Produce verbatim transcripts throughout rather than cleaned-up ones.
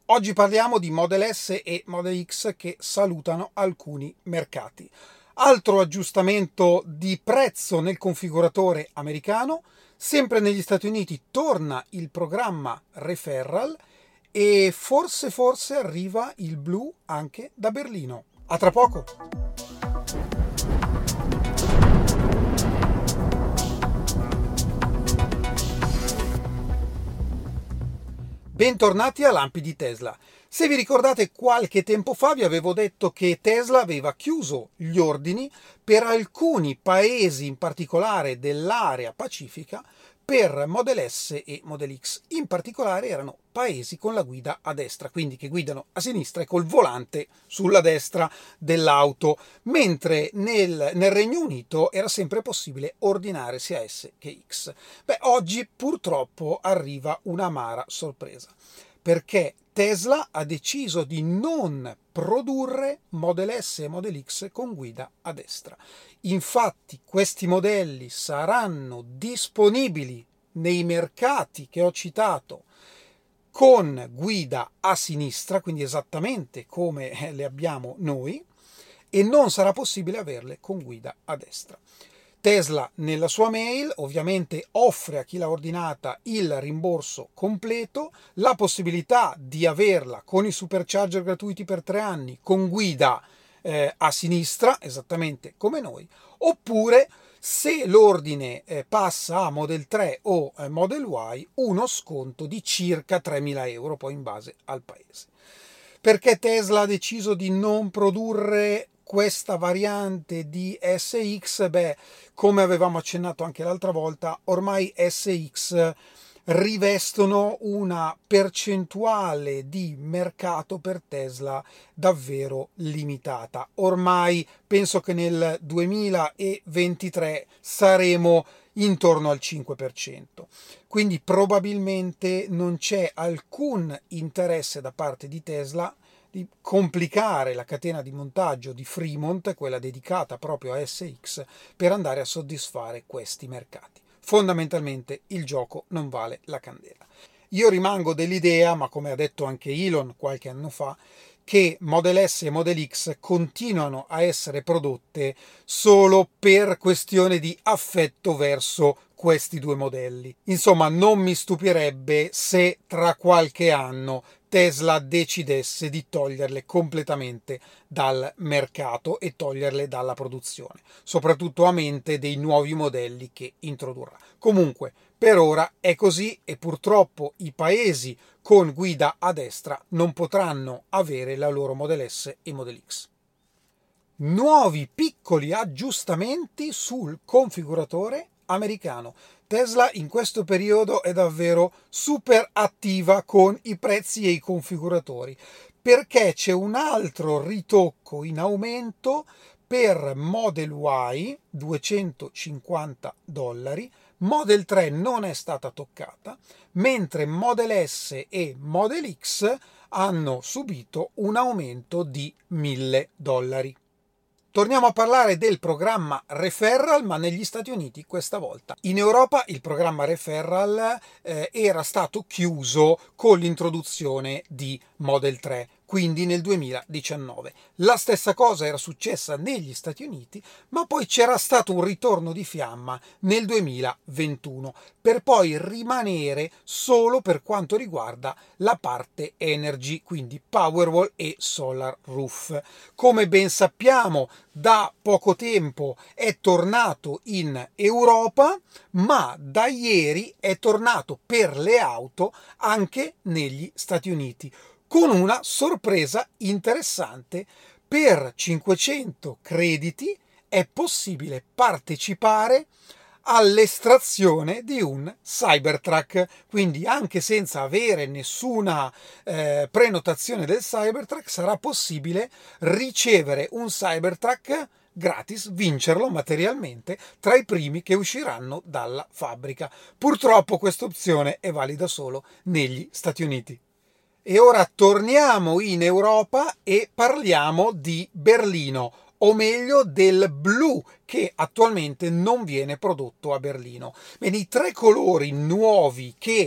Oggi parliamo di Model S e Model X che salutano alcuni mercati. Altro aggiustamento di prezzo nel configuratore americano, sempre negli Stati Uniti torna il programma Referral e forse forse arriva il blu anche da Berlino. A tra poco! Bentornati a Lampi di Tesla. Se vi ricordate, qualche tempo fa vi avevo detto che Tesla aveva chiuso gli ordini per alcuni paesi, in particolare dell'area pacifica, per Model S e Model X. In particolare erano paesi con la guida a destra, quindi che guidano a sinistra e col volante sulla destra dell'auto, mentre nel, nel Regno Unito era sempre possibile ordinare sia S che X. Beh, oggi purtroppo arriva un'amara sorpresa, perché Tesla ha deciso di non produrre Model S e Model X con guida a destra. Infatti questi modelli saranno disponibili nei mercati che ho citato con guida a sinistra, quindi esattamente come le abbiamo noi, e non sarà possibile averle con guida a destra. Tesla nella sua mail ovviamente offre a chi l'ha ordinata il rimborso completo, la possibilità di averla con i supercharger gratuiti per tre anni con guida eh, a sinistra, esattamente come noi, oppure se l'ordine eh, passa a Model tre o eh, Model Y, uno sconto di circa tremila euro, poi in base al paese. Perché Tesla ha deciso di non produrre questa variante di S X? Beh, come avevamo accennato anche l'altra volta, ormai S X rivestono una percentuale di mercato per Tesla davvero limitata. Ormai penso che nel duemilaventitré saremo intorno al cinque per cento. Quindi probabilmente non c'è alcun interesse da parte di Tesla di complicare la catena di montaggio di Fremont, quella dedicata proprio a S X, per andare a soddisfare questi mercati. Fondamentalmente il gioco non vale la candela. Io rimango dell'idea, ma come ha detto anche Elon qualche anno fa, che Model S e Model X continuano a essere prodotte solo per questione di affetto verso questi due modelli. Insomma, non mi stupirebbe se tra qualche anno Tesla decidesse di toglierle completamente dal mercato e toglierle dalla produzione, soprattutto a mente dei nuovi modelli che introdurrà. Comunque, per ora è così e purtroppo i paesi con guida a destra non potranno avere la loro Model S e Model X. Nuovi piccoli aggiustamenti sul configuratore americano. Tesla in questo periodo è davvero super attiva con i prezzi e i configuratori, perché c'è un altro ritocco in aumento per Model Y, duecentocinquanta dollari, Model tre non è stata toccata, mentre Model S e Model X hanno subito un aumento di mille dollari. Torniamo a parlare del programma Referral, ma negli Stati Uniti questa volta. In Europa il programma Referral eh, era stato chiuso con l'introduzione di Model tre, quindi nel duemiladiciannove. La stessa cosa era successa negli Stati Uniti, ma poi c'era stato un ritorno di fiamma nel duemilaventuno, per poi rimanere solo per quanto riguarda la parte Energy, quindi Powerwall e Solar Roof. Come ben sappiamo, da poco tempo è tornato in Europa, ma da ieri è tornato per le auto anche negli Stati Uniti, con una sorpresa interessante. Per cinquecento crediti è possibile partecipare all'estrazione di un Cybertruck, quindi anche senza avere nessuna eh, prenotazione del Cybertruck sarà possibile ricevere un Cybertruck gratis, vincerlo materialmente tra i primi che usciranno dalla fabbrica. Purtroppo questa opzione è valida solo negli Stati Uniti. E ora torniamo in Europa e parliamo di Berlino, o meglio del blu, che attualmente non viene prodotto a Berlino. Bene, i tre colori nuovi che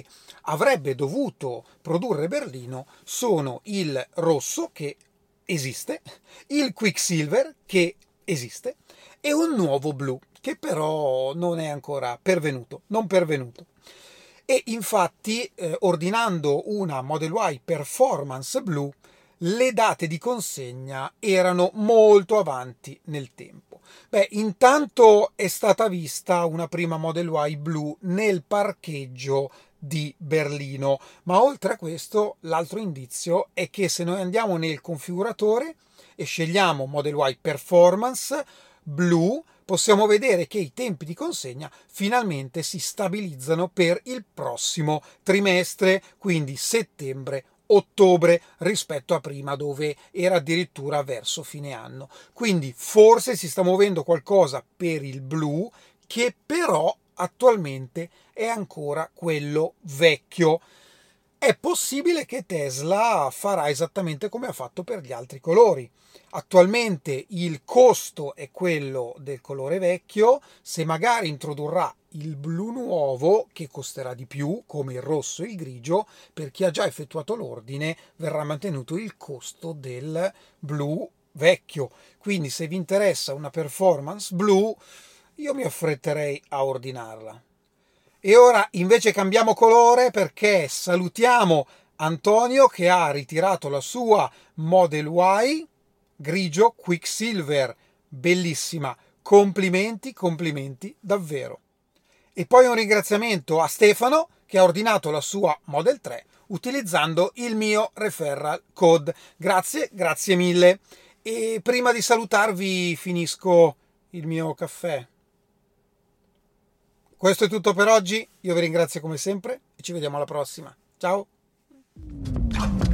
avrebbe dovuto produrre Berlino sono il rosso, che esiste, il Quicksilver, che esiste, e un nuovo blu, che però non è ancora pervenuto, non pervenuto. E infatti, eh, ordinando una Model Y Performance blu, le date di consegna erano molto avanti nel tempo. Beh, intanto è stata vista una prima Model Y blu nel parcheggio di Berlino, ma oltre a questo l'altro indizio è che se noi andiamo nel configuratore e scegliamo Model Y Performance blu, possiamo vedere che i tempi di consegna finalmente si stabilizzano per il prossimo trimestre, quindi settembre ottobre, rispetto a prima dove era addirittura verso fine anno. Quindi forse si sta muovendo qualcosa per il blu, che però attualmente è ancora quello vecchio. È possibile che Tesla farà esattamente come ha fatto per gli altri colori. Attualmente il costo è quello del colore vecchio, se magari introdurrà il blu nuovo, che costerà di più, come il rosso e il grigio, per chi ha già effettuato l'ordine verrà mantenuto il costo del blu vecchio. Quindi se vi interessa una performance blu, io mi affretterei a ordinarla. E ora invece cambiamo colore, perché salutiamo Antonio che ha ritirato la sua Model Y grigio Quicksilver. Bellissima, complimenti, complimenti davvero. E poi un ringraziamento a Stefano che ha ordinato la sua Model tre utilizzando il mio referral code. Grazie, grazie mille. E prima di salutarvi finisco il mio caffè. Questo è tutto per oggi, io vi ringrazio come sempre e ci vediamo alla prossima. Ciao!